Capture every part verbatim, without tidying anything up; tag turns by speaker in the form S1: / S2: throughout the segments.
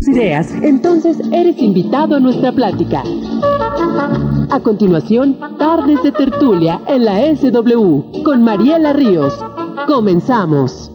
S1: ideas, entonces eres invitado a nuestra plática. A continuación, Tardes de Tertulia en la S W con Mariela Ríos. Comenzamos.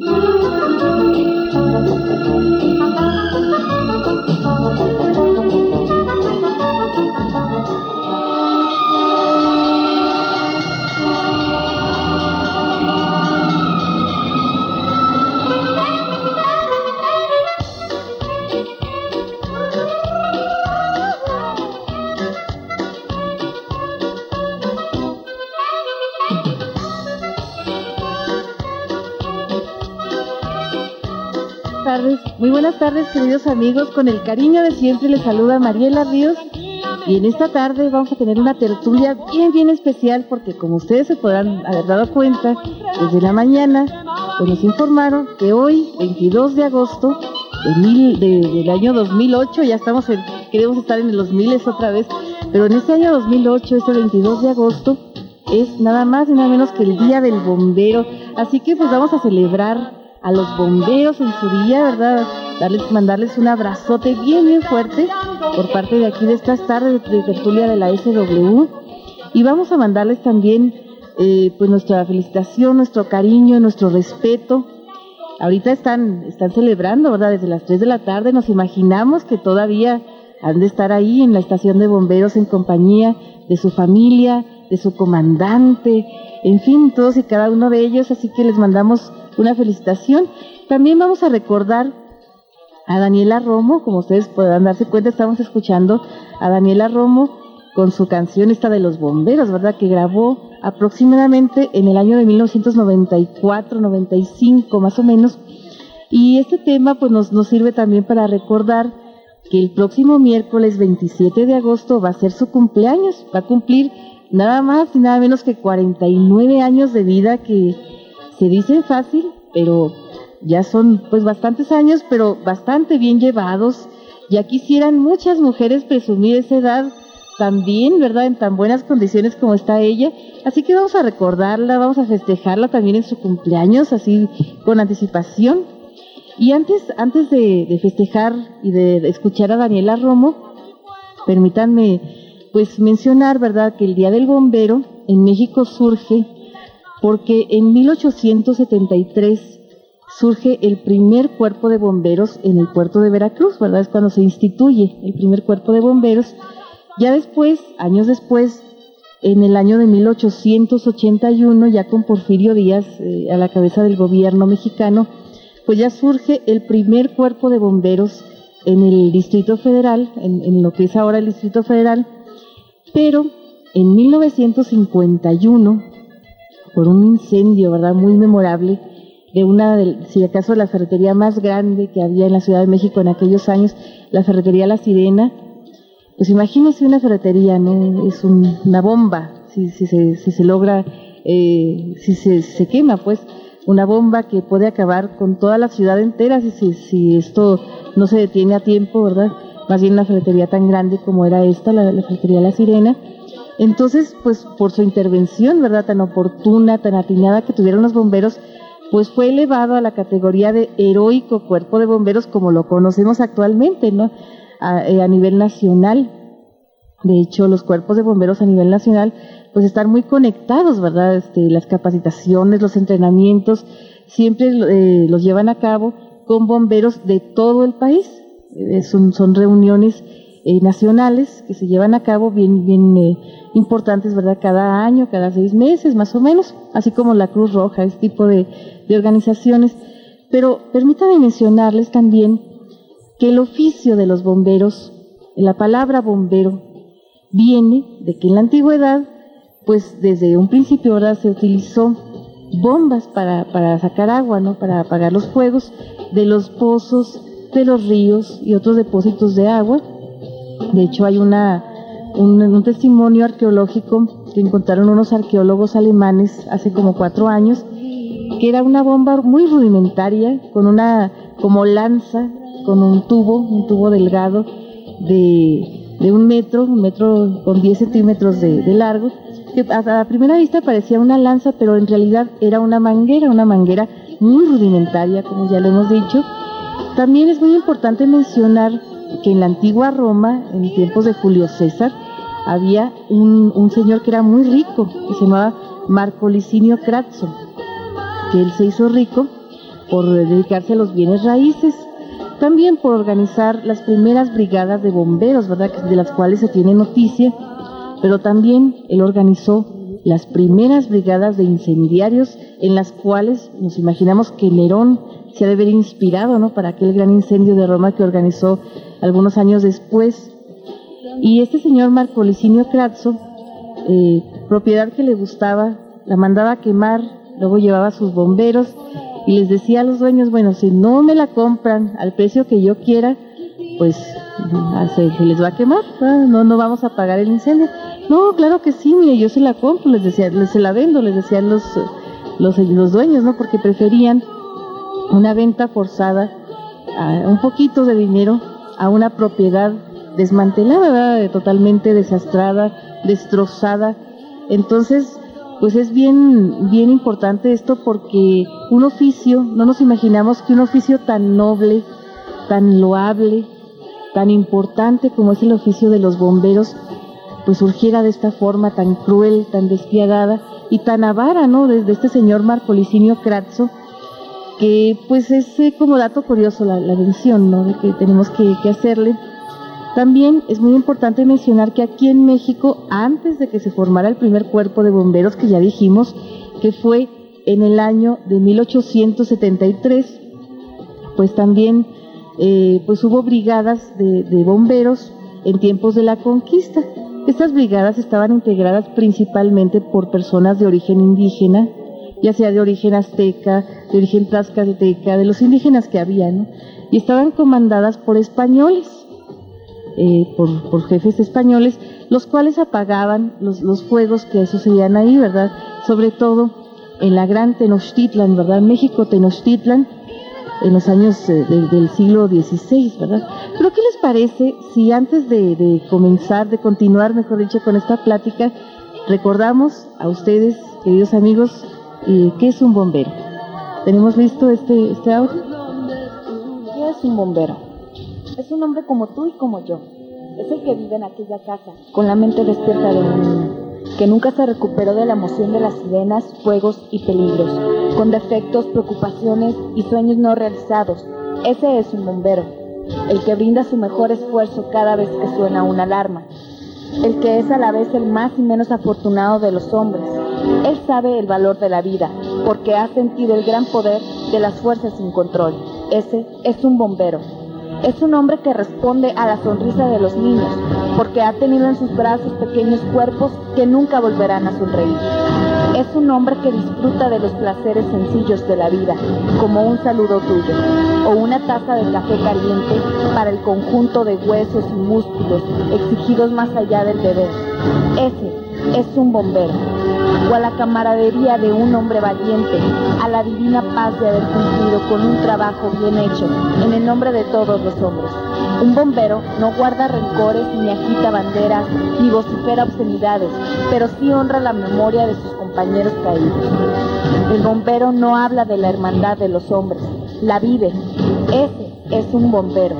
S2: Muy buenas tardes, queridos amigos. Con el cariño de siempre les saluda Mariela Ríos. Y en esta tarde vamos a tener una tertulia bien, bien especial porque, como ustedes se podrán haber dado cuenta, desde la mañana pues nos informaron que hoy, veintidós de agosto de mil, de, del año dos mil ocho, ya estamos en, queremos estar en los miles otra vez, pero en este año dos mil ocho, este veintidós de agosto, es nada más y nada menos que el Día del Bombero. Así que pues vamos a celebrar a los bomberos en su día, ¿verdad? Darles, mandarles un abrazote bien, bien fuerte por parte de aquí de estas tardes de tertulia de la S W. Y vamos a mandarles también eh, pues nuestra felicitación, nuestro cariño, nuestro respeto. Ahorita están, están celebrando, ¿verdad? Desde las tres de la tarde. Nos imaginamos que todavía han de estar ahí en la estación de bomberos en compañía de su familia, de su comandante, en fin, todos y cada uno de ellos. Así que les mandamos una felicitación. También vamos a recordar a Daniela Romo. Como ustedes podrán darse cuenta, estamos escuchando a Daniela Romo con su canción esta de los bomberos, ¿verdad? Que grabó aproximadamente en el año de mil novecientos noventa y cuatro, noventa y cinco más o menos. Y este tema pues nos, nos sirve también para recordar que el próximo miércoles veintisiete de agosto va a ser su cumpleaños. Va a cumplir nada más y nada menos que cuarenta y nueve años de vida, que se dice fácil, pero ya son pues bastantes años, pero bastante bien llevados. Ya quisieran muchas mujeres presumir esa edad también, ¿verdad? En tan buenas condiciones como está ella. Así que vamos a recordarla, vamos a festejarla también en su cumpleaños, así con anticipación. Y antes, antes de, de festejar y de, de escuchar a Daniela Romo, permítanme pues mencionar, ¿verdad?, que el Día del Bombero en México surge porque en mil ochocientos setenta y tres surge el primer cuerpo de bomberos en el puerto de Veracruz, ¿verdad? Es cuando se instituye el primer cuerpo de bomberos. Ya después, años después, en el año de mil ochocientos ochenta y uno, ya con Porfirio Díaz eh, a la cabeza del gobierno mexicano, pues ya surge el primer cuerpo de bomberos en el Distrito Federal, en, en lo que es ahora el Distrito Federal. Pero en mil novecientos cincuenta y uno, por un incendio, ¿verdad?, muy memorable, de una, de, si acaso la ferretería más grande que había en la Ciudad de México en aquellos años, la ferretería La Sirena. Pues imagínense una ferretería, ¿no? Es un, una bomba, si, si, se, si se logra, eh, si se, se quema, pues, una bomba que puede acabar con toda la ciudad entera, si, si, si esto no se detiene a tiempo, ¿verdad? Más bien una ferretería tan grande como era esta, la, la ferretería La Sirena. Entonces, pues por su intervención, ¿verdad?, tan oportuna, tan atinada que tuvieron los bomberos, pues fue elevado a la categoría de heroico cuerpo de bomberos como lo conocemos actualmente, ¿no?, a, a nivel nacional. De hecho, los cuerpos de bomberos a nivel nacional pues están muy conectados, ¿verdad? Este, las capacitaciones, los entrenamientos, siempre eh, los llevan a cabo con bomberos de todo el país. Eh, son, son reuniones Eh, nacionales que se llevan a cabo bien, bien eh, importantes, ¿verdad?, cada año, cada seis meses más o menos, así como la Cruz Roja, este tipo de, de organizaciones. Pero permítanme mencionarles también que el oficio de los bomberos, la palabra bombero, viene de que en la antigüedad, pues desde un principio, ¿verdad?, se utilizó bombas para, para sacar agua, ¿no?, para apagar los fuegos de los pozos, de los ríos y otros depósitos de agua. De hecho, hay una, un, un testimonio arqueológico que encontraron unos arqueólogos alemanes hace como cuatro años, que era una bomba muy rudimentaria, con una como lanza, con un tubo, un tubo delgado de, de un metro, un metro con diez centímetros de, de largo, que a, a primera vista parecía una lanza, pero en realidad era una manguera, una manguera muy rudimentaria, como ya lo hemos dicho, También es muy importante mencionar que en la antigua Roma, en tiempos de Julio César, había un, un señor que era muy rico, que se llamaba Marco Licinio Craso, que él se hizo rico por dedicarse a los bienes raíces, también por organizar las primeras brigadas de bomberos, ¿verdad?, de las cuales se tiene noticia, pero también él organizó las primeras brigadas de incendiarios, en las cuales nos imaginamos que Nerón se ha de haber inspirado, ¿no?, para aquel gran incendio de Roma que organizó algunos años después. Y este señor Marco Licinio Craso, eh, propiedad que le gustaba, la mandaba a quemar, luego llevaba a sus bomberos y les decía a los dueños, bueno, si no me la compran al precio que yo quiera, pues se, se les va a quemar, ¿verdad? no no vamos a pagar el incendio. No, claro que sí, mire, yo se la compro, les decía, les se la vendo, les decían los, los, los dueños, ¿no?, porque preferían una venta forzada a un poquito de dinero a una propiedad desmantelada, ¿verdad?, totalmente desastrada, destrozada. Entonces, pues es bien, bien importante esto, porque un oficio, no nos imaginamos que un oficio tan noble, tan loable, tan importante como es el oficio de los bomberos, pues surgiera de esta forma tan cruel, tan despiadada y tan avara, ¿no?, desde este señor Marco Licinio Craso, que pues es eh, como dato curioso la, la mención, ¿no?, de que tenemos que, que hacerle. También es muy importante mencionar que aquí en México, antes de que se formara el primer cuerpo de bomberos, que ya dijimos que fue en el año de mil ochocientos setenta y tres, pues también eh, pues hubo brigadas de, de bomberos en tiempos de la conquista. Estas brigadas estaban integradas principalmente por personas de origen indígena, ya sea de origen azteca, de origen tlaxcalteca, de los indígenas que había, ¿no?, y estaban comandadas por españoles. Eh, por, por jefes españoles, los cuales apagaban los, los fuegos que sucedían ahí, ¿verdad?, sobre todo en la gran Tenochtitlan, ¿verdad?, México Tenochtitlan, en los años eh, de, del siglo dieciséis, ¿verdad? Pero ¿qué les parece si antes de, de comenzar, de continuar, mejor dicho, con esta plática, recordamos a ustedes, queridos amigos, eh, qué es un bombero? ¿Tenemos listo este, este audio?
S3: ¿Qué es un bombero? Es un hombre como tú y como yo. Es el que vive en aquella casa, con la mente despierta de un niño, que nunca se recuperó de la emoción de las sirenas, fuegos y peligros, con defectos, preocupaciones y sueños no realizados. Ese es un bombero, el que brinda su mejor esfuerzo cada vez que suena una alarma, el que es a la vez el más y menos afortunado de los hombres. Él sabe el valor de la vida, porque ha sentido el gran poder de las fuerzas sin control. Ese es un bombero. Es un hombre que responde a la sonrisa de los niños, porque ha tenido en sus brazos pequeños cuerpos que nunca volverán a sonreír. Es un hombre que disfruta de los placeres sencillos de la vida, como un saludo tuyo, o una taza de café caliente para el conjunto de huesos y músculos exigidos más allá del deber. Ese es un bombero. O a la camaradería de un hombre valiente, a la divina paz de haber cumplido con un trabajo bien hecho, en el nombre de todos los hombres. Un bombero no guarda rencores, ni agita banderas, ni vocifera obscenidades, pero sí honra la memoria de sus compañeros caídos. El bombero no habla de la hermandad de los hombres, la vive. Ese es un bombero.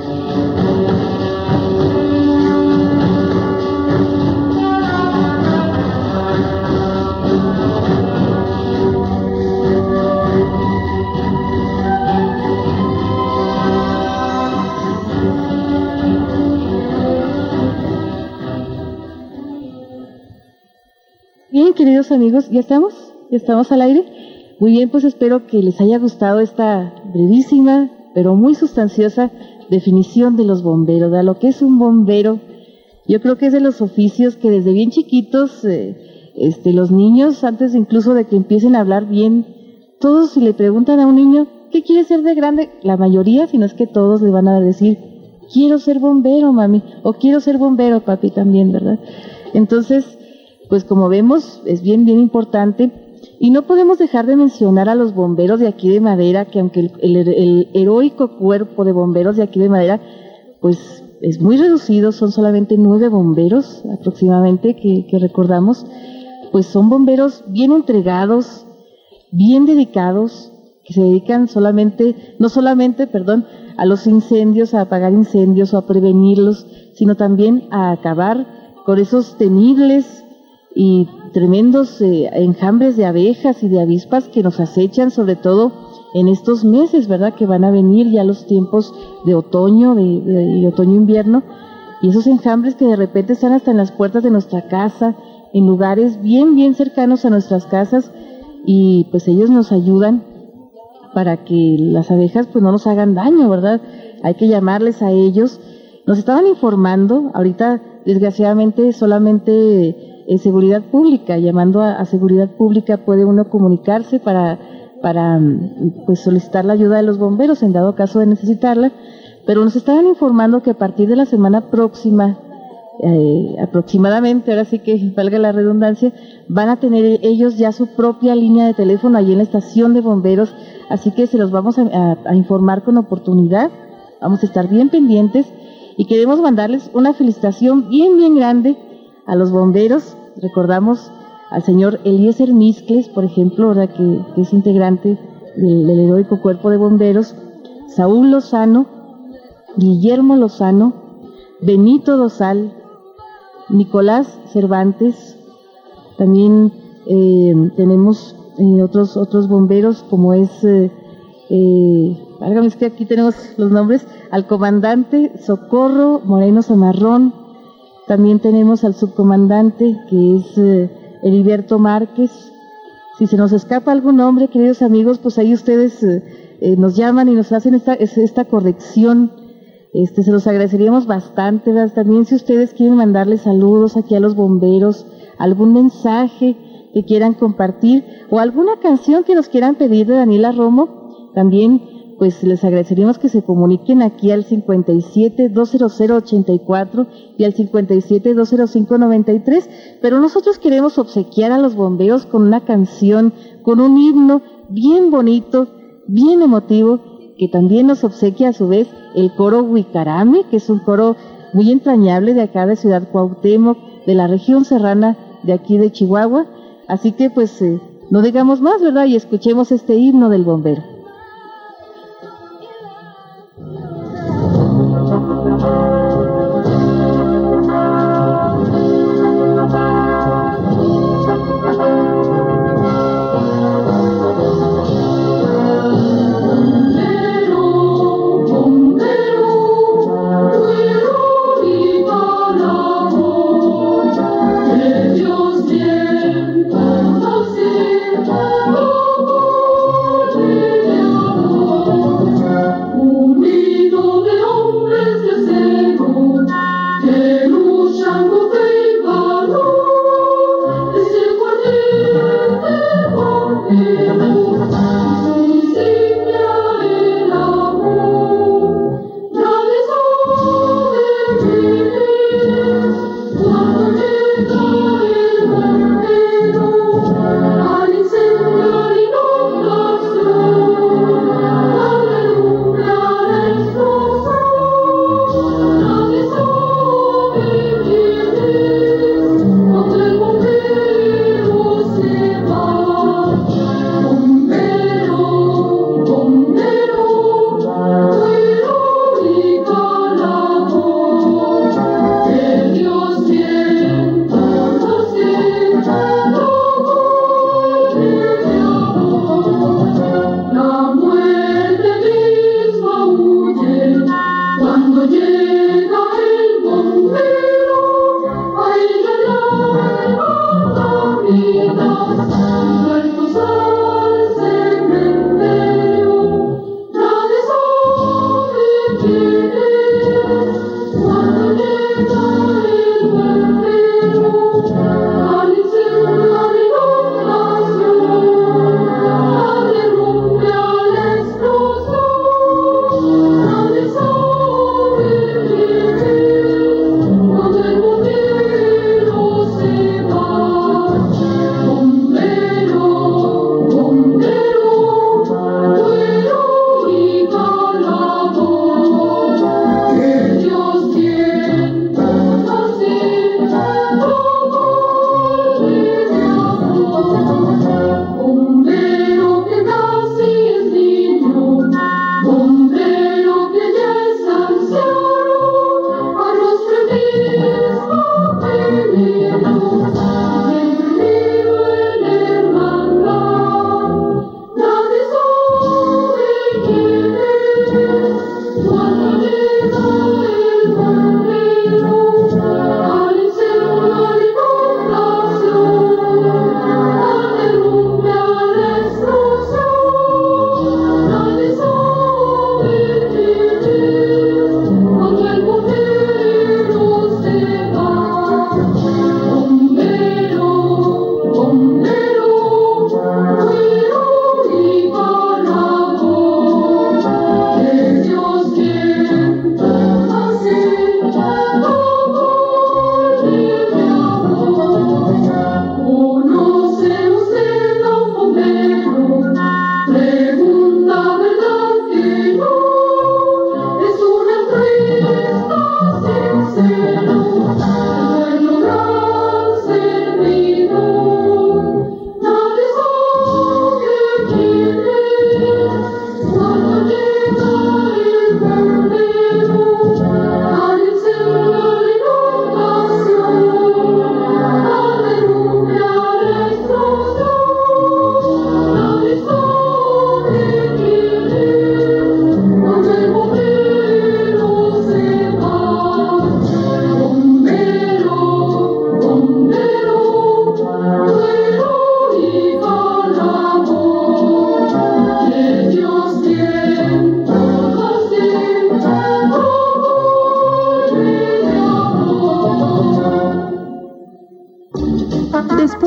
S2: Bien, queridos amigos, ¿ya estamos? ¿Ya estamos al aire? Muy bien, pues espero que les haya gustado esta brevísima, pero muy sustanciosa definición de los bomberos, de lo que es un bombero. Yo creo que es de los oficios que desde bien chiquitos, eh, este, los niños, antes incluso de que empiecen a hablar bien, todos si le preguntan a un niño, ¿qué quiere ser de grande? La mayoría, si no es que todos le van a decir, quiero ser bombero, mami, o quiero ser bombero, papi, también, ¿verdad? Entonces, pues como vemos, es bien, bien importante, y no podemos dejar de mencionar a los bomberos de aquí de Madera, que aunque el, el, el heroico cuerpo de bomberos de aquí de Madera, pues es muy reducido, son solamente nueve bomberos aproximadamente que, que recordamos, pues son bomberos bien entregados, bien dedicados, que se dedican solamente, no solamente, perdón, a los incendios, a apagar incendios o a prevenirlos, sino también a acabar con esos temibles y tremendos eh, enjambres de abejas y de avispas que nos acechan, sobre todo en estos meses, ¿verdad? Que van a venir ya los tiempos de otoño, de, de, de otoño-invierno, y esos enjambres que de repente están hasta en las puertas de nuestra casa, en lugares bien, bien cercanos a nuestras casas, y pues ellos nos ayudan para que las abejas pues no nos hagan daño, ¿verdad? Hay que llamarles a ellos. Nos estaban informando, ahorita desgraciadamente solamente en seguridad pública, llamando a, a seguridad pública puede uno comunicarse para, para pues solicitar la ayuda de los bomberos en dado caso de necesitarla, pero nos estaban informando que a partir de la semana próxima, eh, aproximadamente, ahora sí que valga la redundancia, van a tener ellos ya su propia línea de teléfono allí en la estación de bomberos, así que se los vamos a, a, a informar con oportunidad, vamos a estar bien pendientes y queremos mandarles una felicitación bien, bien grande a los bomberos. Recordamos al señor Eliezer Miscles, por ejemplo, ¿verdad? Que, que es integrante del, del heroico cuerpo de bomberos, Saúl Lozano, Guillermo Lozano, Benito Dosal, Nicolás Cervantes, también eh, tenemos eh, otros otros bomberos como es, eh, eh, válgame, es que aquí tenemos los nombres, al comandante Socorro Moreno Zamarrón, también tenemos al subcomandante que es eh, Heriberto Márquez. Si se nos escapa algún nombre, queridos amigos, pues ahí ustedes eh, eh, nos llaman y nos hacen esta, esta corrección. Este, se los agradeceríamos bastante, ¿verdad? También si ustedes quieren mandarle saludos aquí a los bomberos, algún mensaje que quieran compartir o alguna canción que nos quieran pedir de Daniela Romo, también pues les agradeceríamos que se comuniquen aquí al cincuenta y siete, doscientos ochenta y cuatro y al cincuenta y siete, doscientos cinco, noventa y tres, pero nosotros queremos obsequiar a los bomberos con una canción, con un himno bien bonito, bien emotivo, que también nos obsequia a su vez el coro Huicarame, que es un coro muy entrañable de acá de Ciudad Cuauhtémoc, de la región serrana de aquí de Chihuahua. Así que pues eh, no digamos más, ¿verdad? Y escuchemos este himno del bombero.
S4: Thank you.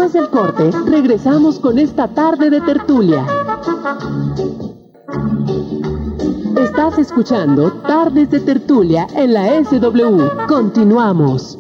S1: Después del corte, regresamos con esta tarde de tertulia. Estás escuchando Tardes de Tertulia en la S W. Continuamos.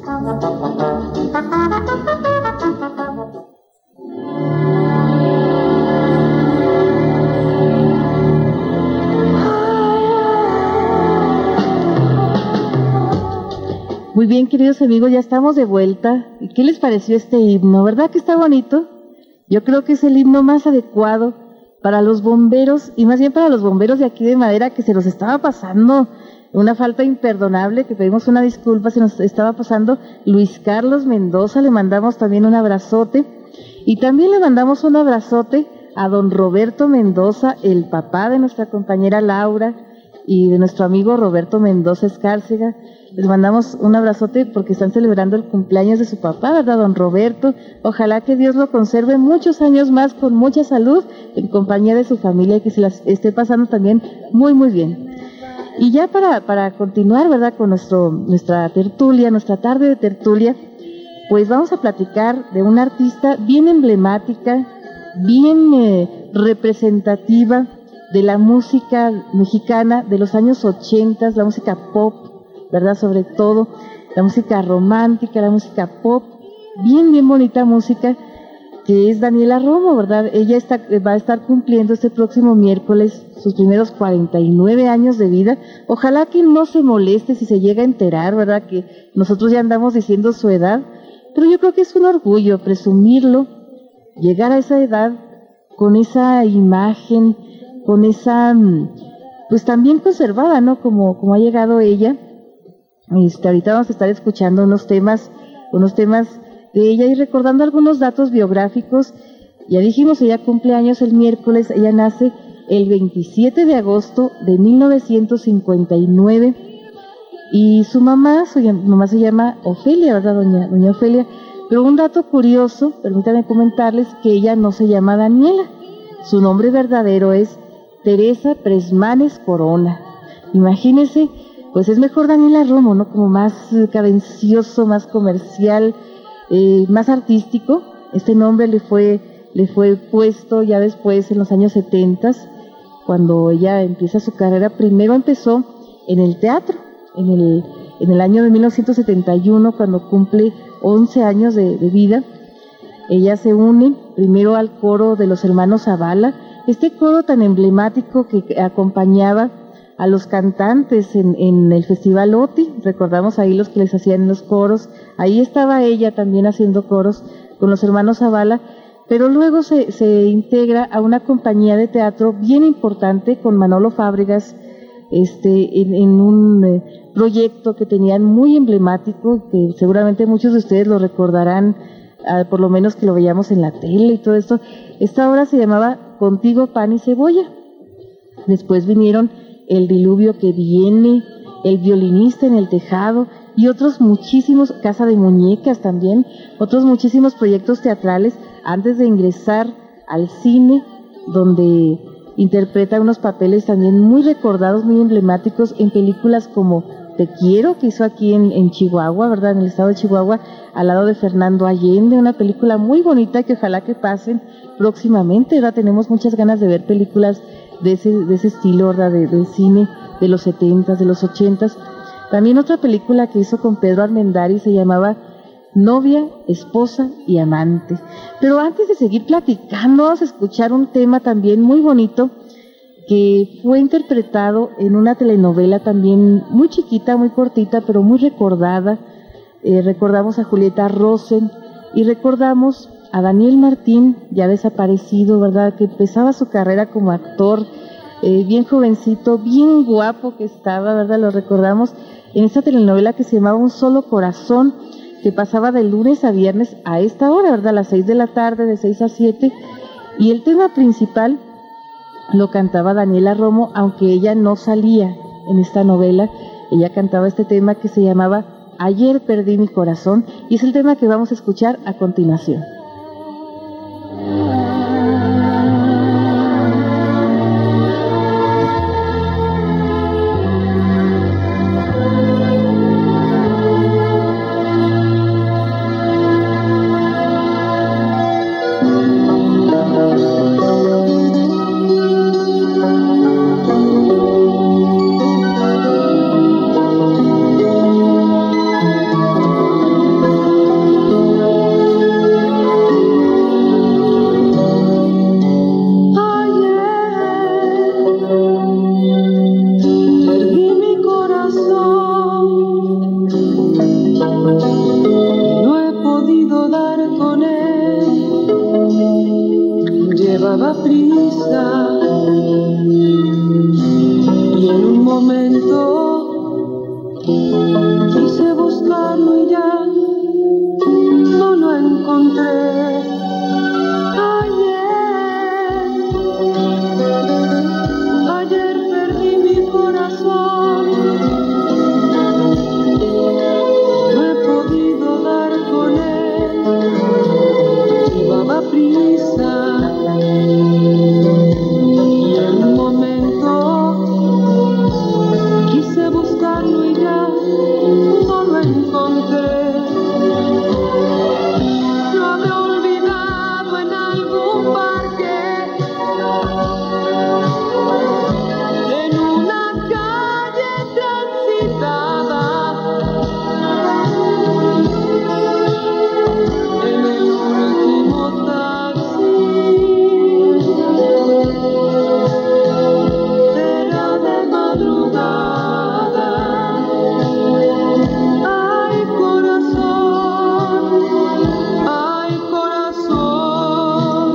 S2: Muy bien, queridos amigos, ya estamos de vuelta. ¿Y qué les pareció este himno? ¿Verdad que está bonito? Yo creo que es el himno más adecuado para los bomberos, y más bien para los bomberos de aquí de Madera, que se nos estaba pasando una falta imperdonable, que pedimos una disculpa, se nos estaba pasando Luis Carlos Mendoza, le mandamos también un abrazote, y también le mandamos un abrazote a don Roberto Mendoza, el papá de nuestra compañera Laura, y de nuestro amigo Roberto Mendoza Escárcega. Les mandamos un abrazote porque están celebrando el cumpleaños de su papá, ¿verdad, don Roberto? Ojalá que Dios lo conserve muchos años más con mucha salud, en compañía de su familia, y que se las esté pasando también muy, muy bien. Y ya para, para continuar, ¿verdad?, con nuestro, nuestra tertulia, nuestra tarde de tertulia, pues vamos a platicar de una artista bien emblemática, bien eh, representativa de la música mexicana de los años ochenta, la música pop, ¿verdad? Sobre todo la música romántica, la música pop, bien, bien bonita música, que es Daniela Romo, ¿verdad? Ella está, va a estar cumpliendo este próximo miércoles sus primeros cuarenta y nueve años de vida. Ojalá que no se moleste si se llega a enterar, ¿verdad?, que nosotros ya andamos diciendo su edad, pero yo creo que es un orgullo presumirlo, llegar a esa edad con esa imagen, con esa, pues también conservada, ¿no?, como, como ha llegado ella. Este, ahorita vamos a estar escuchando unos temas, unos temas de ella y recordando algunos datos biográficos. Ya dijimos, ella cumple años el miércoles, ella nace el veintisiete de agosto de mil novecientos cincuenta y nueve, y su mamá, su mamá se llama Ofelia, ¿verdad?, doña, doña Ofelia. Pero un dato curioso, permítanme comentarles que ella no se llama Daniela, su nombre verdadero es Teresa Presmanes Corona. Imagínense, pues es mejor Daniela Romo, ¿no?, como más cadencioso, más comercial, eh, más artístico. Este nombre le fue, le fue puesto ya después, en los años setenta, cuando ella empieza su carrera. Primero empezó en el teatro, en el, en el año de mil novecientos setenta y uno, cuando cumple once años de, de vida. Ella se une primero al coro de los hermanos Zavala, este coro tan emblemático que acompañaba a los cantantes en, en el Festival O T I. Recordamos ahí los que les hacían los coros. Ahí estaba ella también haciendo coros con los hermanos Zavala, pero luego se, se integra a una compañía de teatro bien importante con Manolo Fábregas, este, en, en un eh, proyecto que tenían muy emblemático, que seguramente muchos de ustedes lo recordarán, eh, por lo menos que lo veíamos en la tele y todo esto. Esta obra se llamaba Contigo Pan y Cebolla. Después vinieron El Diluvio que Viene, El Violinista en el Tejado y otros muchísimos, Casa de Muñecas también, otros muchísimos proyectos teatrales, antes de ingresar al cine, donde interpreta unos papeles también muy recordados, muy emblemáticos en películas como Te Quiero, que hizo aquí en, en Chihuahua, ¿verdad?, en el estado de Chihuahua, al lado de Fernando Allende, una película muy bonita que ojalá que pasen próximamente, ¿verdad? Tenemos muchas ganas de ver películas de ese, de ese estilo, ¿verdad?, de, de cine de los setentas, de los ochentas. También otra película que hizo con Pedro Armendáriz se llamaba Novia, Esposa y Amante. Pero antes de seguir platicando, vamos a escuchar un tema también muy bonito que fue interpretado en una telenovela también muy chiquita, muy cortita, pero muy recordada. Eh, recordamos a Julieta Rosen y recordamos a Daniel Martín, ya desaparecido, ¿verdad?, que empezaba su carrera como actor, eh, bien jovencito, bien guapo que estaba, ¿verdad? Lo recordamos en esta telenovela que se llamaba Un Solo Corazón, que pasaba de lunes a viernes a esta hora, ¿verdad?, a las seis de la tarde, de seis a siete, y el tema principal lo cantaba Daniela Romo, aunque ella no salía en esta novela. Ella cantaba este tema que se llamaba Ayer Perdí Mi Corazón, y es el tema que vamos a escuchar a continuación.
S4: llevaba prisa y en un momento quise buscarlo y ya no lo encontré. Ayer, ayer perdí mi corazón, no he podido dar con él, llevaba prisa y en un momento quise buscarlo y ya no lo encontré. Lo habré olvidado en algún parque, en una calle transitada, en el último taxi. Era de madrugada. Ay, corazón, ay, corazón,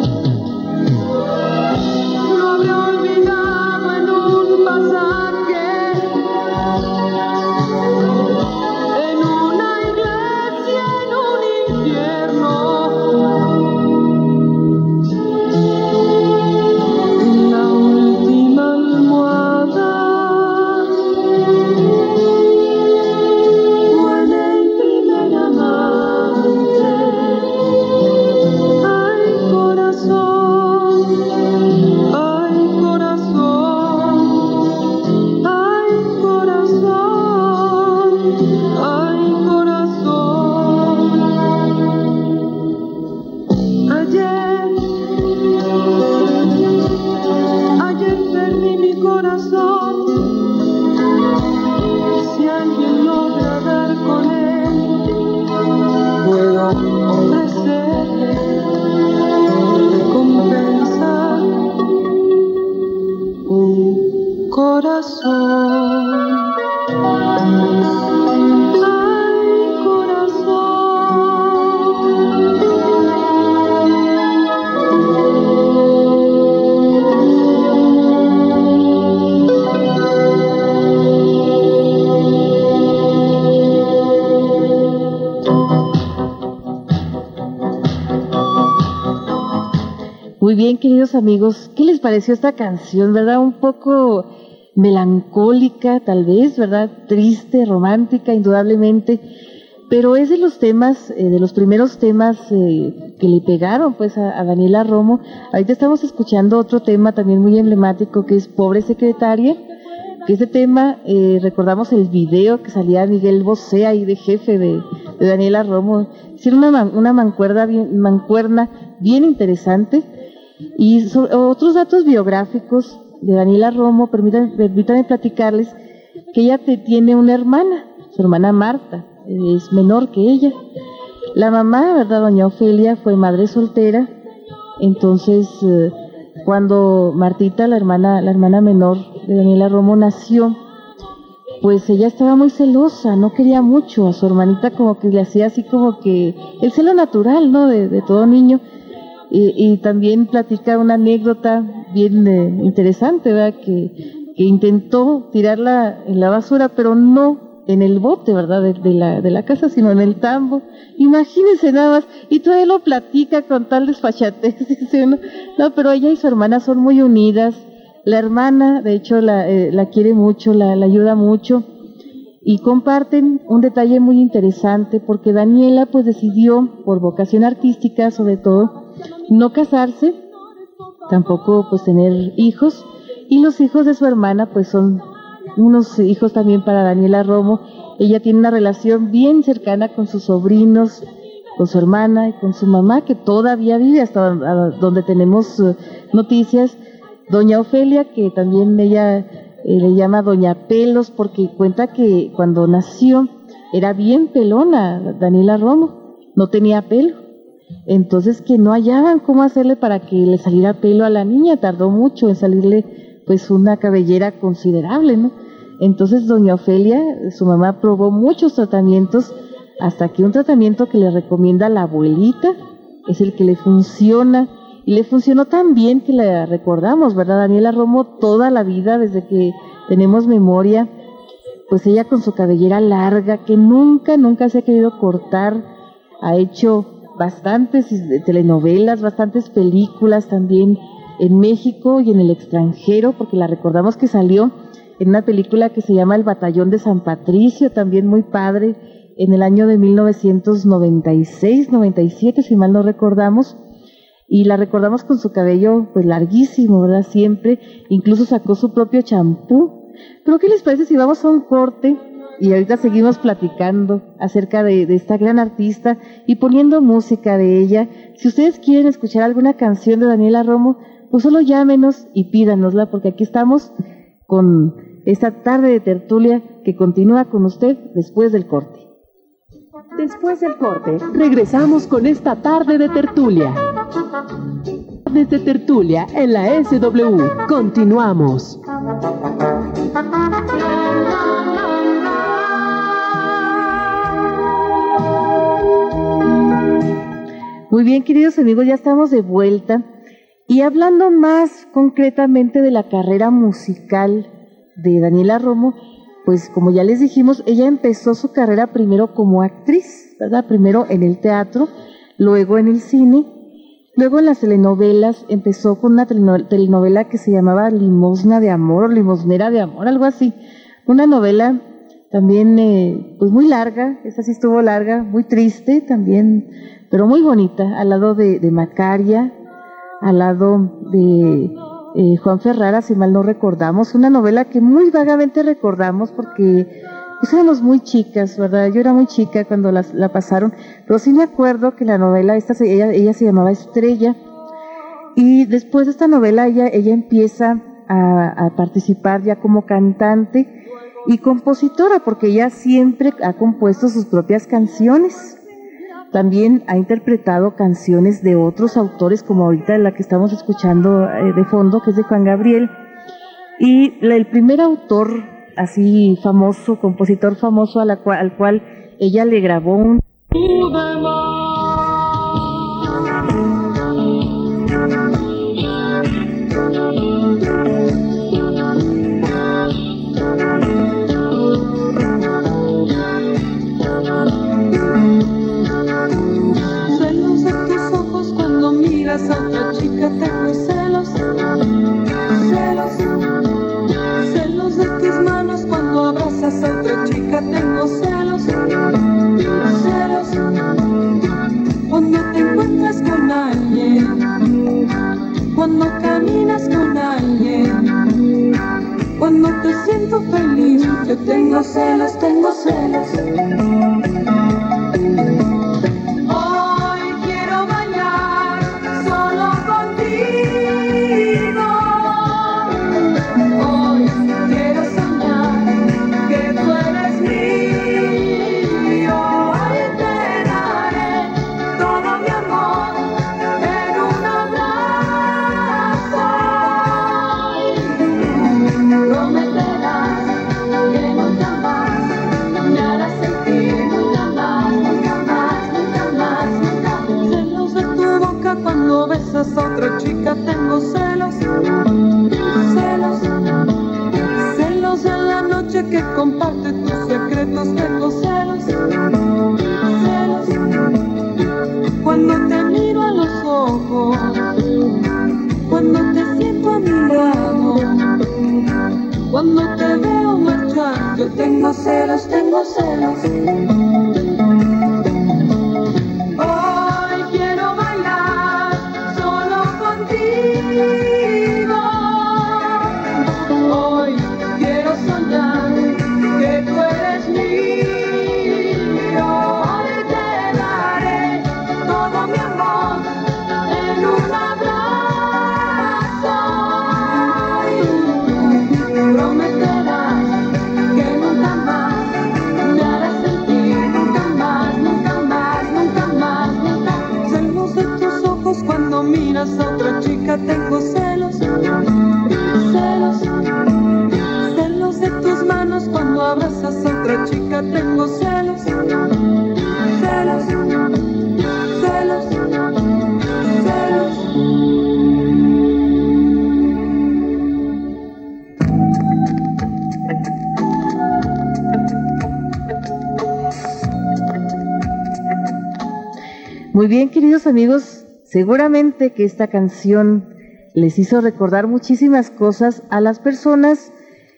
S4: lo habré olvidado en un pasaje, en una iglesia, en un infierno, en la última almohada, o en el primer amante. Ay, corazón, ay, corazón, ay, corazón, ay, corazón. Ayer, ayer perdí mi corazón. Si alguien logra dar con él, puedo ofrecerle recompensa, un corazón. Ay,
S2: Muy bien, queridos amigos, ¿qué les pareció esta canción, verdad? Un poco melancólica, tal vez, ¿verdad? Triste, romántica, indudablemente, pero es de los temas, eh, de los primeros temas eh, que le pegaron, pues, a, a Daniela Romo. Ahorita estamos escuchando otro tema también muy emblemático, que es Pobre Secretaria, que ese tema, eh, recordamos el video que salía Miguel Bosé ahí de jefe de, de Daniela Romo. Hicieron una, una mancuerna bien, mancuerna bien interesante. Y sobre, otros datos biográficos de Daniela Romo, permítanme, permítanme platicarles que ella te, tiene una hermana, su hermana Marta, es menor que ella. La mamá, ¿verdad? Doña Ofelia fue madre soltera, entonces eh, cuando Martita, la hermana, la hermana menor de Daniela Romo, nació, pues ella estaba muy celosa, no quería mucho a su hermanita, como que le hacía así como que el celo natural, ¿no? De, de todo niño. Y, y también platica una anécdota bien eh, interesante, ¿verdad? Que, que intentó tirarla en la basura, pero no en el bote, ¿verdad? De, de, la, de la casa, sino en el tambo. Imagínense nada más, y todavía lo platica con tal desfachatez, dice uno. No, pero ella y su hermana son muy unidas. La hermana, de hecho, la, eh, la quiere mucho, la, la ayuda mucho. Y comparten un detalle muy interesante, porque Daniela pues decidió, por vocación artística sobre todo, no casarse, tampoco pues tener hijos, y los hijos de su hermana pues son unos hijos también para Daniela Romo. Ella tiene una relación bien cercana con sus sobrinos, con su hermana y con su mamá, que todavía vive, hasta donde tenemos noticias. Doña Ofelia, que también ella eh, le llama Doña Pelos, porque cuenta que cuando nació era bien pelona Daniela Romo, no tenía pelo. Entonces que no hallaban cómo hacerle para que le saliera pelo a la niña, tardó mucho en salirle pues una cabellera considerable, ¿no? Entonces doña Ofelia, su mamá, probó muchos tratamientos, hasta que un tratamiento que le recomienda la abuelita es el que le funciona y le funcionó tan bien que la recordamos, ¿verdad? Daniela Romo toda la vida, desde que tenemos memoria, pues ella con su cabellera larga, que nunca, nunca se ha querido cortar, ha hecho bastantes telenovelas, bastantes películas también en México y en el extranjero, porque la recordamos que salió en una película que se llama El Batallón de San Patricio, también muy padre, en el año de mil novecientos noventa y seis, noventa y siete, si mal no recordamos, y la recordamos con su cabello pues larguísimo, ¿verdad? Siempre, incluso sacó su propio champú. Pero ¿qué les parece si vamos a un corte y ahorita seguimos platicando acerca de, de esta gran artista y poniendo música de ella? Si ustedes quieren escuchar alguna canción de Daniela Romo, pues solo llámenos y pídanosla, porque aquí estamos con esta tarde de tertulia que continúa con usted después del corte.
S1: Después del corte, regresamos con esta tarde de tertulia. Desde tertulia en la S W. Continuamos.
S2: Muy bien, queridos amigos, ya estamos de vuelta. Y hablando más concretamente de la carrera musical de Daniela Romo, pues como ya les dijimos, ella empezó su carrera primero como actriz, ¿verdad? Primero en el teatro, luego en el cine, luego en las telenovelas. Empezó con una telenovela que se llamaba Limosna de Amor o Limosnera de Amor, algo así. Una novela también eh, pues muy larga, esa sí estuvo larga, muy triste también, pero muy bonita, al lado de, de Macaria, al lado de eh, Juan Ferrara, si mal no recordamos, una novela que muy vagamente recordamos porque pues éramos muy chicas, ¿verdad? Yo era muy chica cuando la, la pasaron, pero sí me acuerdo que la novela, esta se, ella, ella se llamaba Estrella, y después de esta novela ella, ella empieza a, a participar ya como cantante y compositora, porque ella siempre ha compuesto sus propias canciones. También ha interpretado canciones de otros autores, como ahorita la que estamos escuchando eh, de fondo, que es de Juan Gabriel. Y la, el primer autor así famoso, compositor famoso a la cual, al cual ella le grabó un...
S4: A otra chica tengo celos, celos, celos de tus manos cuando abrazas a otra chica tengo celos, celos, cuando te encuentras con alguien, cuando caminas con alguien, cuando te siento feliz, yo tengo celos, tengo celos. A otra chica tengo celos, celos, celos en la noche que comparte tus secretos tengo celos, celos, cuando te miro a los ojos, cuando te siento a mi lado, cuando te veo marchar, yo tengo celos, tengo celos. Miras a otra chica tengo celos, celos, celos de tus manos cuando abrazas a otra chica tengo celos, celos, celos, celos.
S2: Muy bien, queridos amigos, seguramente que esta canción les hizo recordar muchísimas cosas a las personas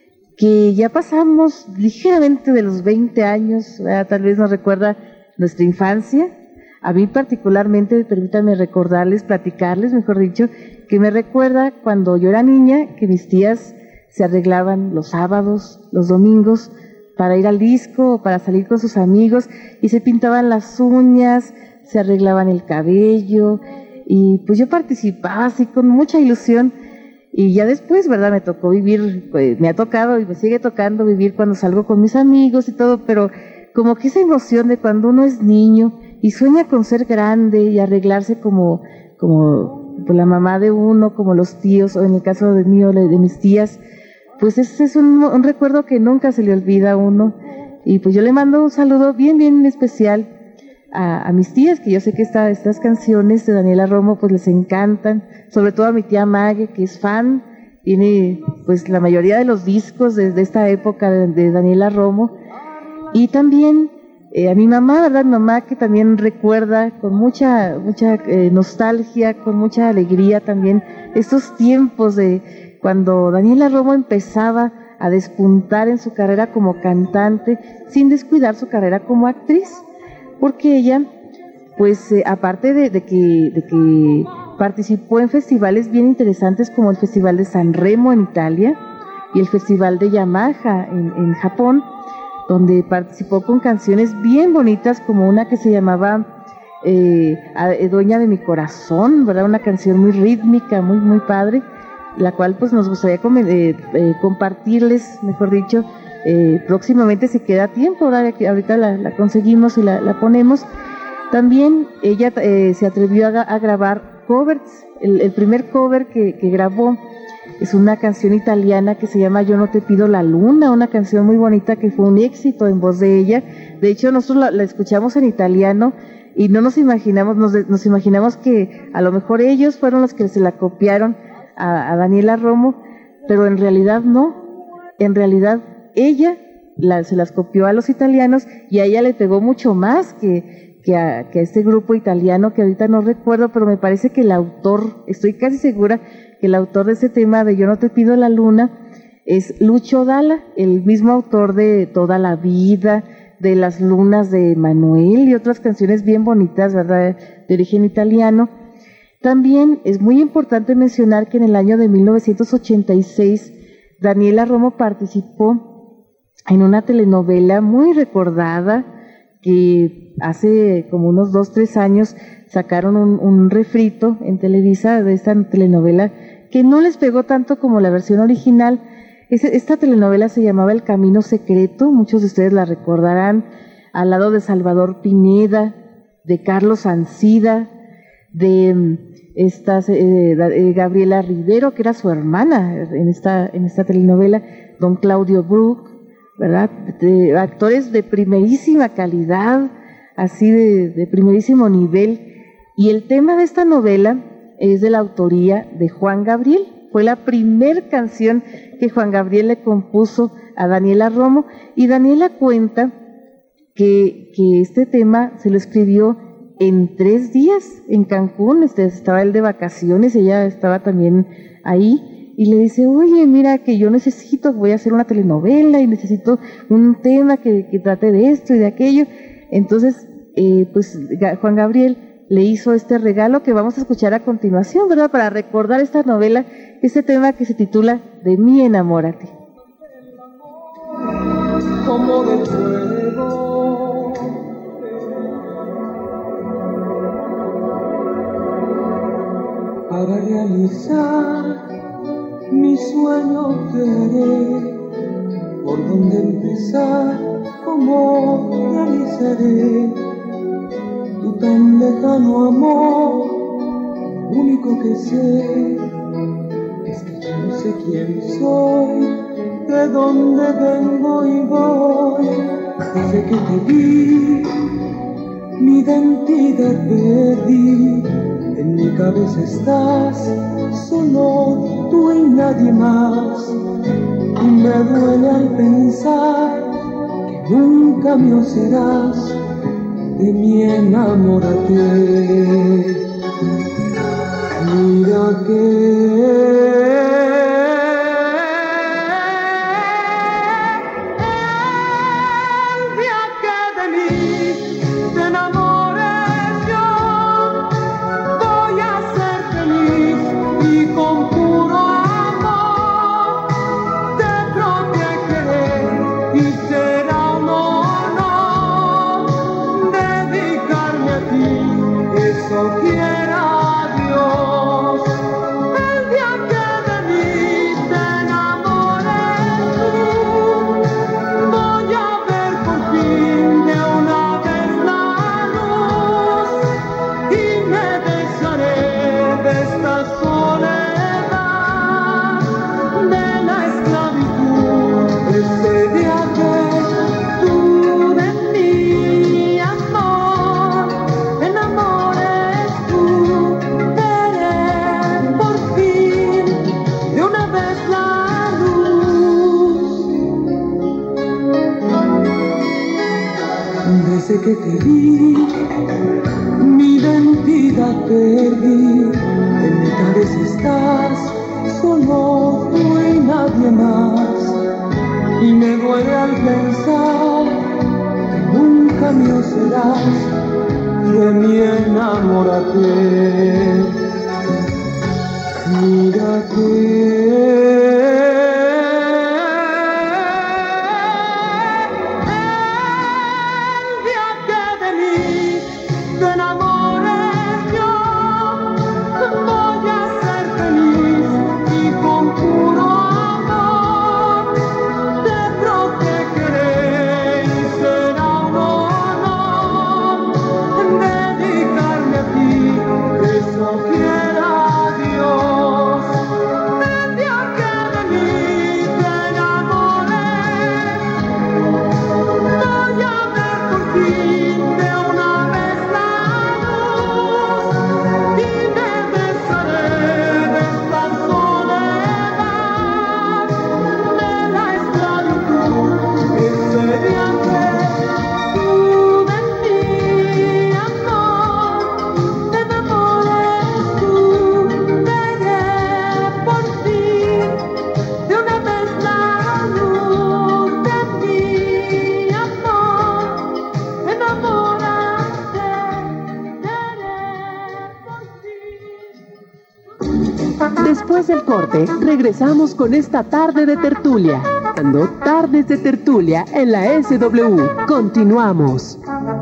S2: que ya pasamos ligeramente de los veinte años, ¿verdad? Tal vez nos recuerda nuestra infancia. A mí particularmente, permítanme recordarles, platicarles, mejor dicho, que me recuerda cuando yo era niña, que mis tías se arreglaban los sábados, los domingos, para ir al disco o para salir con sus amigos, y se pintaban las uñas, se arreglaban el cabello, y pues yo participaba así con mucha ilusión. Y ya después, ¿verdad? Me tocó vivir, pues, me ha tocado y me sigue tocando vivir cuando salgo con mis amigos y todo, pero como que esa emoción de cuando uno es niño y sueña con ser grande y arreglarse como, como pues, la mamá de uno, como los tíos, o en el caso de mí o de mis tías, pues ese es un, un recuerdo que nunca se le olvida a uno. Y pues yo le mando un saludo bien, bien especial a, a mis tías, que yo sé que esta, estas canciones de Daniela Romo pues les encantan, sobre todo a mi tía Mague, que es fan, tiene pues la mayoría de los discos de, de esta época de, de Daniela Romo, y también eh, a mi mamá, ¿verdad? Mi mamá que también recuerda con mucha, mucha eh, nostalgia, con mucha alegría también estos tiempos de cuando Daniela Romo empezaba a despuntar en su carrera como cantante, sin descuidar su carrera como actriz, porque ella, pues eh, aparte de, de, que, de que participó en festivales bien interesantes como el Festival de San Remo en Italia y el Festival de Yamaha en, en Japón, donde participó con canciones bien bonitas como una que se llamaba eh, Dueña de mi corazón, ¿verdad? Una canción muy rítmica, muy, muy padre, la cual pues nos gustaría eh, eh, compartirles, mejor dicho, eh, próximamente si queda tiempo, ¿verdad? Ahorita la, la conseguimos y la, la ponemos. También ella eh, se atrevió a, a grabar covers. El, el primer cover que, que grabó es una canción italiana que se llama Yo no te pido la luna, una canción muy bonita que fue un éxito en voz de ella. De hecho, nosotros la, la escuchamos en italiano y no nos imaginamos, nos, nos imaginamos que a lo mejor ellos fueron los que se la copiaron a, a Daniela Romo, pero en realidad no. En realidad ella la, se las copió a los italianos y a ella le pegó mucho más que, que, a, que a este grupo italiano que ahorita no recuerdo, pero me parece que el autor, estoy casi segura que el autor de ese tema de Yo no te pido la luna es Lucio Dalla, el mismo autor de Toda la vida, de Las lunas de Manuel y otras canciones bien bonitas, ¿verdad?, de origen italiano. También es muy importante mencionar que en el año de mil novecientos ochenta y seis Daniela Romo participó en una telenovela muy recordada que hace como unos dos, tres años sacaron un, un refrito en Televisa de esta telenovela que no les pegó tanto como la versión original. Esta telenovela se llamaba El Camino Secreto, muchos de ustedes la recordarán, al lado de Salvador Pineda, de Carlos Ancida, de esta, eh, Gabriela Rivero, que era su hermana en esta, en esta telenovela, don Claudio Brook, ¿verdad? De, actores de primerísima calidad, así de, de primerísimo nivel. Y el tema de esta novela es de la autoría de Juan Gabriel. Fue la primer canción que Juan Gabriel le compuso a Daniela Romo, y Daniela cuenta que, que este tema se lo escribió en tres días en Cancún. Este, estaba él de vacaciones, ella estaba también ahí, y le dice, oye, mira que yo necesito, voy a hacer una telenovela y necesito un tema que, que trate de esto y de aquello. Entonces, eh, pues Juan Gabriel le hizo este regalo que vamos a escuchar a continuación, ¿verdad?, para recordar esta novela, este tema que se titula De mí enamórate.
S4: Como de fuego, para realizar mi sueño te haré, por dónde empezar, cómo realizaré tu tan lejano amor. Único que sé es que yo no sé quién soy, de dónde vengo y voy. Desde que te vi, mi identidad perdí. En mi cabeza estás, solo tú y nadie más. Y me duele al pensar que nunca mío serás. de mi enamórate. Mira que que te vi, mi identidad perdí, en mitades estás, solo tú y nadie más, y me duele al pensar que nunca mío serás, de mi enamórate. Mira que
S1: Después del corte, regresamos con esta tarde de tertulia. Dando tardes de tertulia en la S W. Continuamos.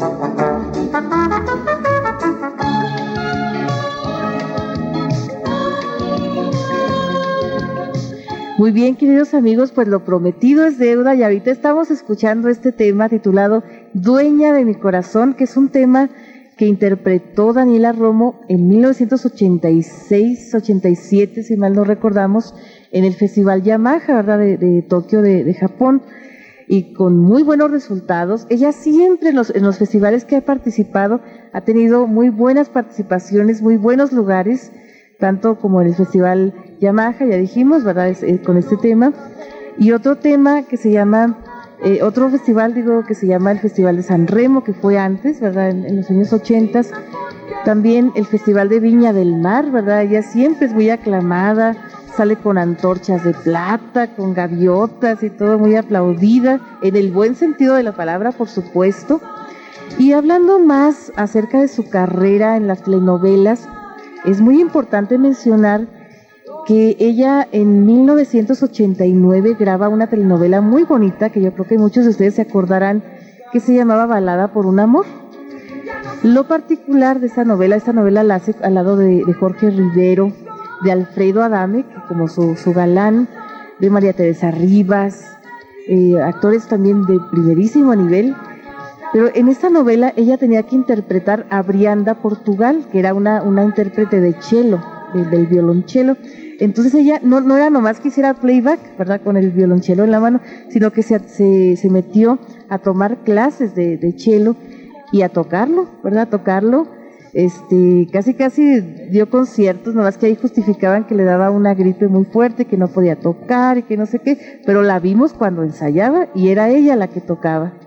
S2: Muy bien, queridos amigos, pues lo prometido es deuda y ahorita estamos escuchando este tema titulado Dueña de mi corazón, que es un tema que interpretó Daniela Romo en mil novecientos ochenta y seis, ochenta y siete, si mal no recordamos, en el Festival Yamaha, ¿verdad?, de, de Tokio, de, de Japón, y con muy buenos resultados. Ella siempre en los, en los festivales que ha participado ha tenido muy buenas participaciones, muy buenos lugares, tanto como en el Festival Yamaha, ya dijimos, ¿verdad?, es, eh, con este tema, y otro tema que se llama... Eh, otro festival, digo, que se llama el Festival de San Remo, que fue antes, ¿verdad?, en, en los años ochentas. También el Festival de Viña del Mar, ¿verdad? Ella siempre es muy aclamada, sale con antorchas de plata, con gaviotas y todo, muy aplaudida, en el buen sentido de la palabra, por supuesto. Y hablando más acerca de su carrera en las telenovelas, es muy importante mencionar que ella en mil novecientos ochenta y nueve graba una telenovela muy bonita, que yo creo que muchos de ustedes se acordarán, que se llamaba Balada por un amor. Lo particular de esta novela, esta novela la hace al lado de, de Jorge Rivero, de Alfredo Adame, que como su, su galán, de María Teresa Rivas, eh, actores también de primerísimo nivel. Pero en esta novela ella tenía que interpretar a Brianda Portugal, que era una, una intérprete de cello, de, del violonchelo. Entonces ella no, no era nomás que hiciera playback, ¿verdad?, con el violonchelo en la mano, sino que se, se, se metió a tomar clases de, de cello y a tocarlo, ¿verdad?, a tocarlo. Este, casi casi dio conciertos, nomás que ahí justificaban que le daba una gripe muy fuerte, que no podía tocar y que no sé qué, pero la vimos cuando ensayaba y era ella la que tocaba.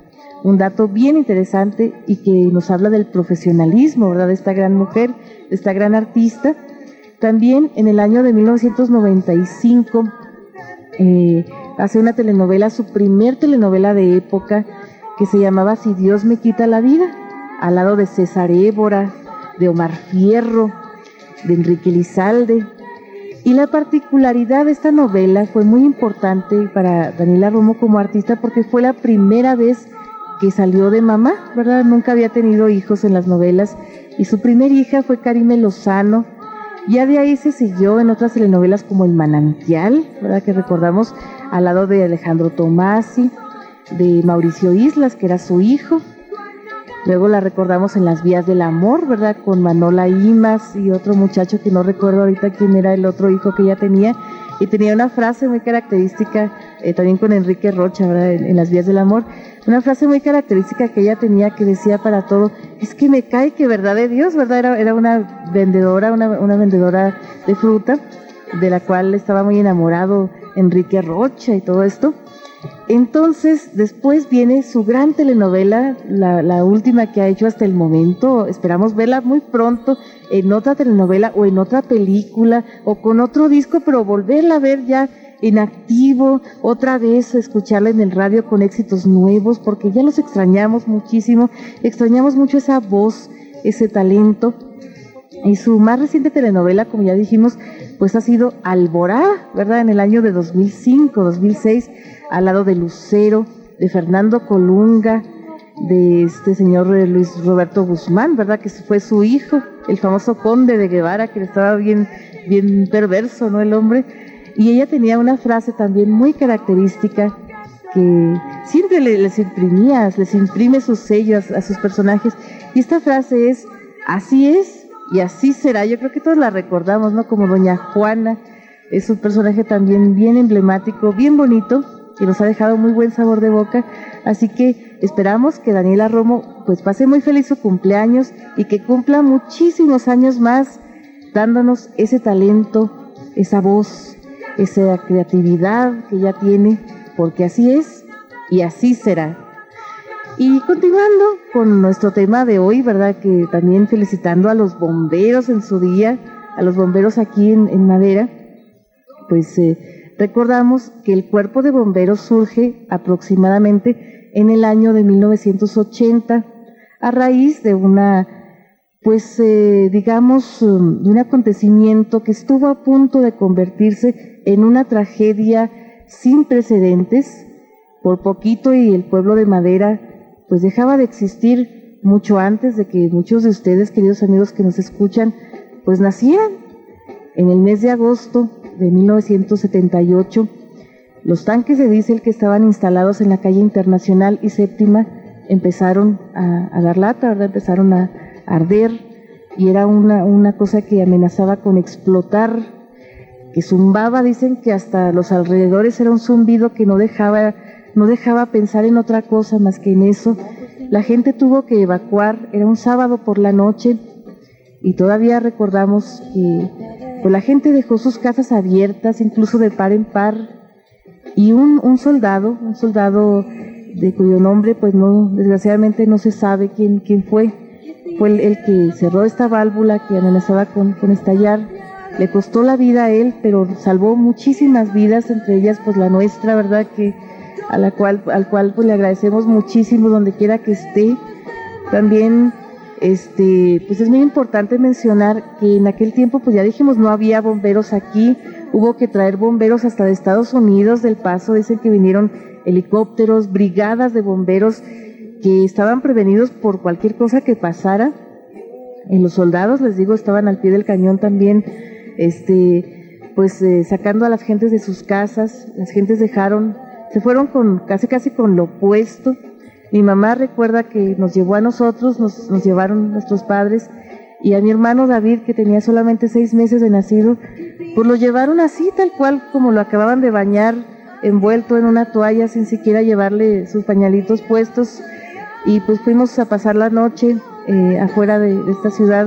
S2: un dato bien interesante y que nos habla del profesionalismo, ¿verdad?, de esta gran mujer, de esta gran artista. También en el año de mil novecientos noventa y cinco eh, hace una telenovela, su primer telenovela de época, que se llamaba Si Dios me quita la vida, al lado de César Évora, de Omar Fierro, de Enrique Lizalde. Y la particularidad de esta novela fue muy importante para Daniela Romo como artista porque fue la primera vez que salió de mamá, ¿verdad? Nunca había tenido hijos en las novelas y su primer hija fue Karime Lozano. Ya de ahí se siguió en otras telenovelas como El Manantial, ¿verdad?, que recordamos al lado de Alejandro Tomasi, de Mauricio Islas, que era su hijo. Luego la recordamos en Las Vías del Amor, ¿verdad?, con Manola Imas y otro muchacho que no recuerdo ahorita quién era el otro hijo que ella tenía, y tenía una frase muy característica, eh, también con Enrique Rocha, ¿verdad?, en, en Las Vías del Amor, una frase muy característica que ella tenía, que decía para todo: es que me cae que verdad de Dios, ¿verdad? Era, era una vendedora, una, una vendedora de fruta, de la cual estaba muy enamorado Enrique Rocha y todo esto. Entonces, después viene su gran telenovela, la, la última que ha hecho hasta el momento. Esperamos verla muy pronto en otra telenovela o en otra película o con otro disco, pero volverla a ver ya en activo, otra vez escucharla en el radio con éxitos nuevos, porque ya los extrañamos muchísimo, extrañamos mucho esa voz, ese talento. Y su más reciente telenovela, como ya dijimos, pues ha sido Alborada, ¿verdad?, en el año de dos mil cinco, dos mil seis, al lado de Lucero, de Fernando Colunga, de este señor Luis Roberto Guzmán, ¿verdad?, que fue su hijo, el famoso conde de Guevara, que estaba bien, bien perverso, ¿no?, el hombre. Y ella tenía una frase también muy característica que siempre les imprimía, les imprime sus sellos a sus personajes. Y esta frase es: así es y así será. Yo creo que todos la recordamos, ¿no?, como Doña Juana. Es un personaje también bien emblemático, bien bonito, que nos ha dejado muy buen sabor de boca. Así que esperamos que Daniela Romo pues pase muy feliz su cumpleaños y que cumpla muchísimos años más, dándonos ese talento, esa voz, esa creatividad que ella tiene, porque así es y así será. Y continuando con nuestro tema de hoy, ¿verdad?, que también felicitando a los bomberos en su día, a los bomberos aquí en, en Madera, pues eh, recordamos que el cuerpo de bomberos surge aproximadamente en el año de mil novecientos ochenta, a raíz de una, pues eh, digamos, um, de un acontecimiento que estuvo a punto de convertirse en una tragedia sin precedentes. Por poquito y el pueblo de Madera pues dejaba de existir mucho antes de que muchos de ustedes, queridos amigos que nos escuchan, pues nacieran. En el mes de agosto de mil novecientos setenta y ocho, los tanques de diésel que estaban instalados en la calle Internacional y Séptima empezaron a, a dar lata, ¿verdad? Empezaron a arder, y era una, una cosa que amenazaba con explotar, que zumbaba. Dicen que hasta los alrededores era un zumbido que no dejaba, no dejaba pensar en otra cosa más que en eso. La gente tuvo que evacuar, era un sábado por la noche, y todavía recordamos que pues la gente dejó sus casas abiertas, incluso de par en par, y un, un soldado, un soldado de cuyo nombre pues no, desgraciadamente no se sabe quién, quién fue, fue el, el que cerró esta válvula que amenazaba con, con estallar. Le costó la vida a él, pero salvó muchísimas vidas, entre ellas pues la nuestra, ¿verdad?, que a la cual, al cual pues le agradecemos muchísimo donde quiera que esté. También este, pues es muy importante mencionar que en aquel tiempo, pues ya dijimos, no había bomberos aquí, hubo que traer bomberos hasta de Estados Unidos, del Paso. Dicen que vinieron helicópteros, brigadas de bomberos que estaban prevenidos por cualquier cosa que pasara. En los soldados, les digo, estaban al pie del cañón también, este, pues eh, sacando a las gentes de sus casas. Las gentes dejaron, se fueron con casi casi con lo opuesto. Mi mamá recuerda que nos llevó a nosotros, nos, nos llevaron nuestros padres, y a mi hermano David, que tenía solamente seis meses de nacido, pues lo llevaron así, tal cual como lo acababan de bañar, envuelto en una toalla, sin siquiera llevarle sus pañalitos puestos. Y pues fuimos a pasar la noche eh, afuera de, de esta ciudad,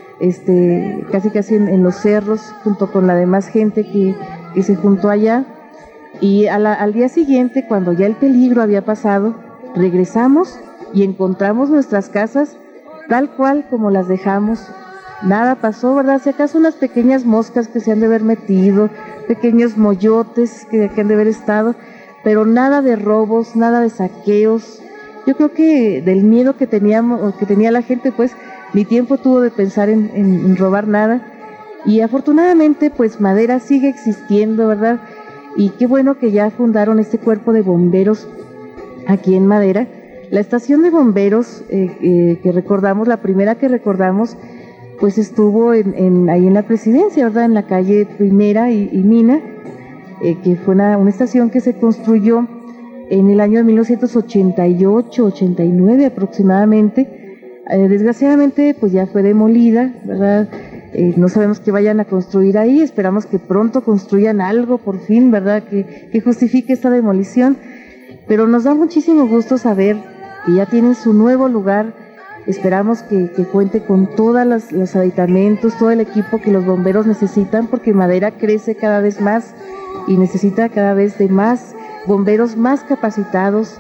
S2: este, casi casi en, en los cerros, junto con la demás gente que, que se juntó allá. Y a la, al día siguiente, cuando ya el peligro había pasado, regresamos y encontramos nuestras casas tal cual como las dejamos. Nada pasó, ¿verdad? Si acaso unas pequeñas moscas que se han de haber metido, pequeños moyotes que, que han de haber estado, pero nada de robos, nada de saqueos. Yo creo que del miedo que teníamos, que tenía la gente, pues ni tiempo tuvo de pensar en, en, en robar nada. Y afortunadamente, pues Madera sigue existiendo, ¿verdad? Y qué bueno que ya fundaron este cuerpo de bomberos aquí en Madera. La estación de bomberos eh, eh, que recordamos, la primera que recordamos, pues estuvo en, en, ahí en la Presidencia, ¿verdad? En la calle Primera y, y Mina, eh, que fue una, una estación que se construyó en el año de mil novecientos ochenta y ocho, ochenta y nueve aproximadamente. Eh, desgraciadamente, pues ya fue demolida, ¿verdad? Eh, no sabemos qué vayan a construir ahí, esperamos que pronto construyan algo, por fin, ¿verdad? Que, que justifique esta demolición, pero nos da muchísimo gusto saber que ya tienen su nuevo lugar. Esperamos que, que cuente con todos los, los aditamentos, todo el equipo que los bomberos necesitan, porque Madera crece cada vez más y necesita cada vez de más bomberos más capacitados,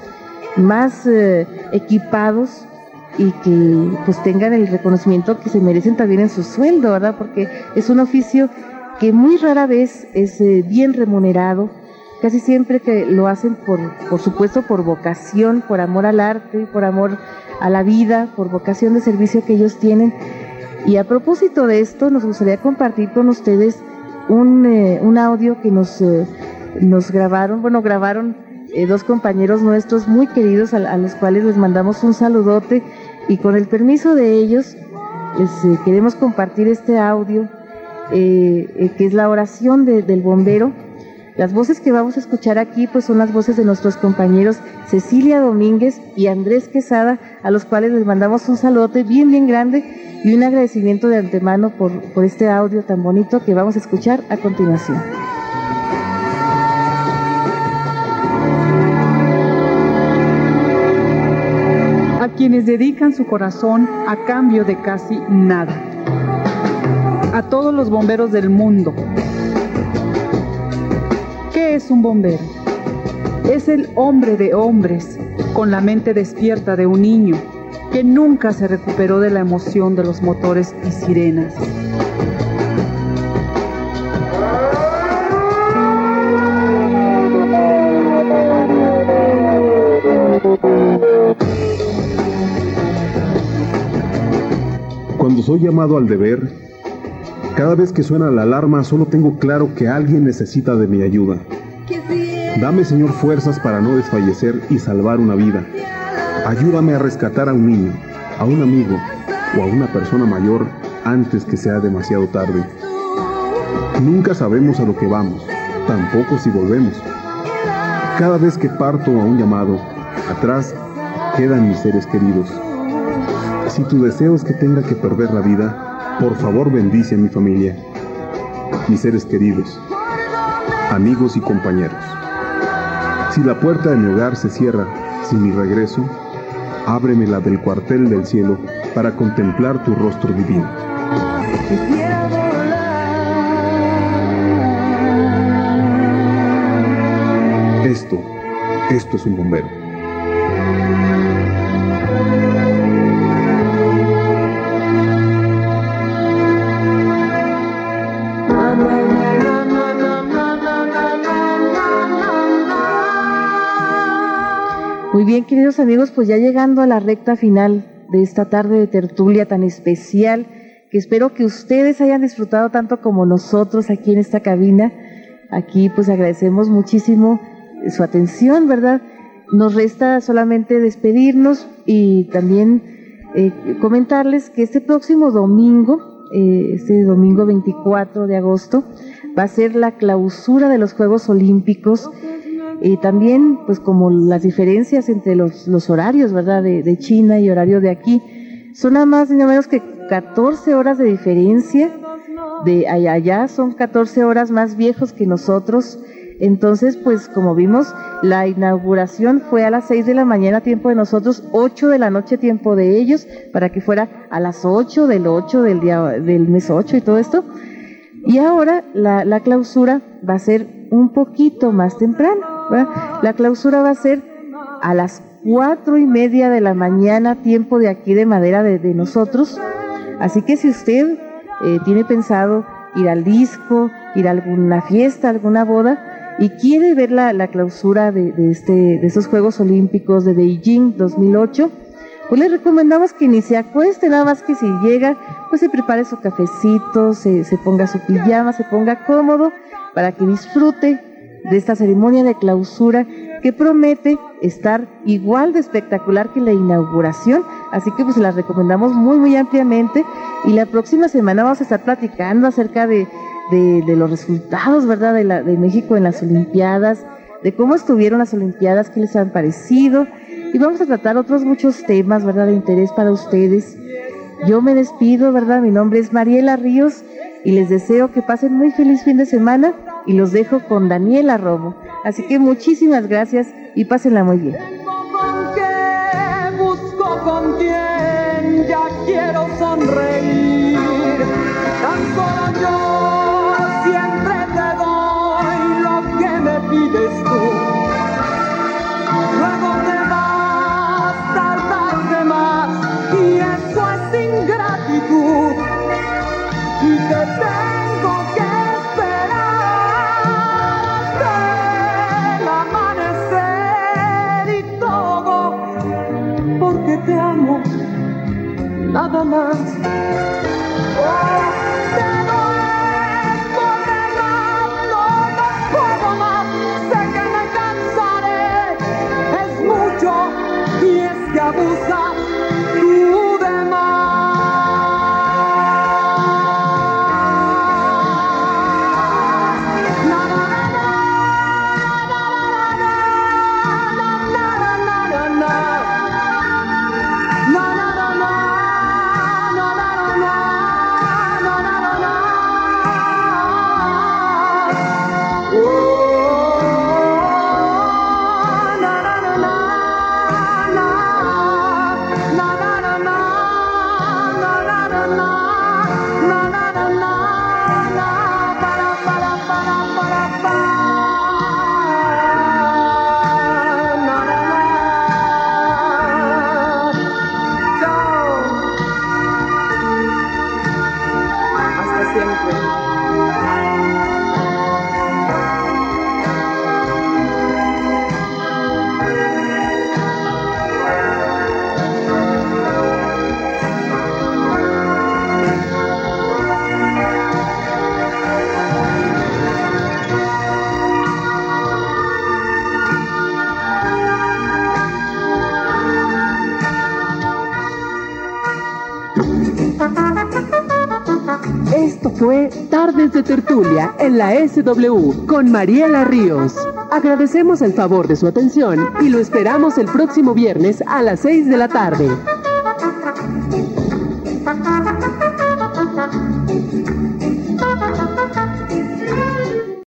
S2: más eh, equipados, y que pues tengan el reconocimiento que se merecen también en su sueldo, ¿verdad? Porque es un oficio que muy rara vez es eh, bien remunerado, casi siempre que lo hacen por, por supuesto por vocación, por amor al arte, por amor a la vida, por vocación de servicio que ellos tienen. Y a propósito de esto, nos gustaría compartir con ustedes un, eh, un audio que nos, eh, nos grabaron, bueno, grabaron eh, dos compañeros nuestros muy queridos, a, a los cuales les mandamos un saludote, y con el permiso de ellos, les eh, queremos compartir este audio, eh, eh, que es la oración de, del bombero. Las voces que vamos a escuchar aquí pues son las voces de nuestros compañeros Cecilia Domínguez y Andrés Quesada, a los cuales les mandamos un saludote bien bien grande y un agradecimiento de antemano por, por este audio tan bonito que vamos a escuchar a continuación.
S5: A quienes dedican su corazón a cambio de casi nada. A todos los bomberos del mundo. ¿Qué es un bombero? Es el hombre de hombres, con la mente despierta de un niño, que nunca se recuperó de la emoción de los motores y sirenas.
S6: Cuando soy llamado al deber, cada vez que suena la alarma solo tengo claro que alguien necesita de mi ayuda. Dame, Señor, fuerzas para no desfallecer y salvar una vida. Ayúdame a rescatar a un niño, a un amigo o a una persona mayor antes que sea demasiado tarde. Nunca sabemos a lo que vamos, tampoco si volvemos. Cada vez que parto a un llamado, atrás quedan mis seres queridos. Si tu deseo es que tenga que perder la vida, por favor bendice a mi familia, mis seres queridos, amigos y compañeros. Si la puerta de mi hogar se cierra sin mi regreso, ábremela del cuartel del cielo para contemplar tu rostro divino. Esto, esto es un bombero.
S2: Muy bien, queridos amigos, pues ya llegando a la recta final de esta tarde de tertulia tan especial, que espero que ustedes hayan disfrutado tanto como nosotros aquí en esta cabina. Aquí pues agradecemos muchísimo su atención, ¿verdad? Nos resta solamente despedirnos y también eh, comentarles que este próximo domingo, eh, este domingo veinticuatro de agosto, va a ser la clausura de los Juegos Olímpicos. Y también, pues como las diferencias entre los, los horarios, ¿verdad? De, de China y horario de aquí, son nada más ni nada menos que catorce horas de diferencia. De allá, allá son catorce horas más viejos que nosotros. Entonces, pues como vimos, la inauguración fue a las seis de la mañana, tiempo de nosotros, ocho de la noche, tiempo de ellos, para que fuera a las ocho del ocho del día del mes ocho y todo esto. Y ahora la, la clausura va a ser un poquito más temprano, ¿verdad? La clausura va a ser a las cuatro y media de la mañana, tiempo de aquí de Madera de, de nosotros. Así que si usted eh, tiene pensado ir al disco, ir a alguna fiesta, alguna boda, y quiere ver la, la clausura de, de, este, de estos Juegos Olímpicos de Beijing dos mil ocho, pues le recomendamos que ni se acueste, nada más que si llega, pues se prepare su cafecito, se, se ponga su pijama, se ponga cómodo para que disfrute de esta ceremonia de clausura que promete estar igual de espectacular que la inauguración. Así que pues la recomendamos muy muy ampliamente, y la próxima semana vamos a estar platicando acerca de, de, de los resultados, ¿verdad?, de, la, de México en las Olimpiadas, de cómo estuvieron las Olimpiadas, qué les han parecido, y vamos a tratar otros muchos temas, ¿verdad?, de interés para ustedes. Yo me despido, ¿verdad? Mi nombre es Mariela Ríos y les deseo que pasen muy feliz fin de semana, y los dejo con Daniela Romo. Así que muchísimas gracias y pásenla muy bien.
S4: Tengo con qué, busco con quién, ya quiero sonreír. Tan solo yo siempre te doy lo que me pides tú. Luego te vas, tardas de más, y eso es ingratitud. Y te tengo que te amo, nada más. Oh, te doy porque más, no, no puedo más. Sé que me cansaré, es mucho, y es que abusas tú de más. Na, na, na, na, na, na, na, na, na.
S1: Esto fue Tardes de Tertulia en la S W con Mariela Ríos. Agradecemos el favor de su atención y lo esperamos el próximo viernes a las seis de la tarde.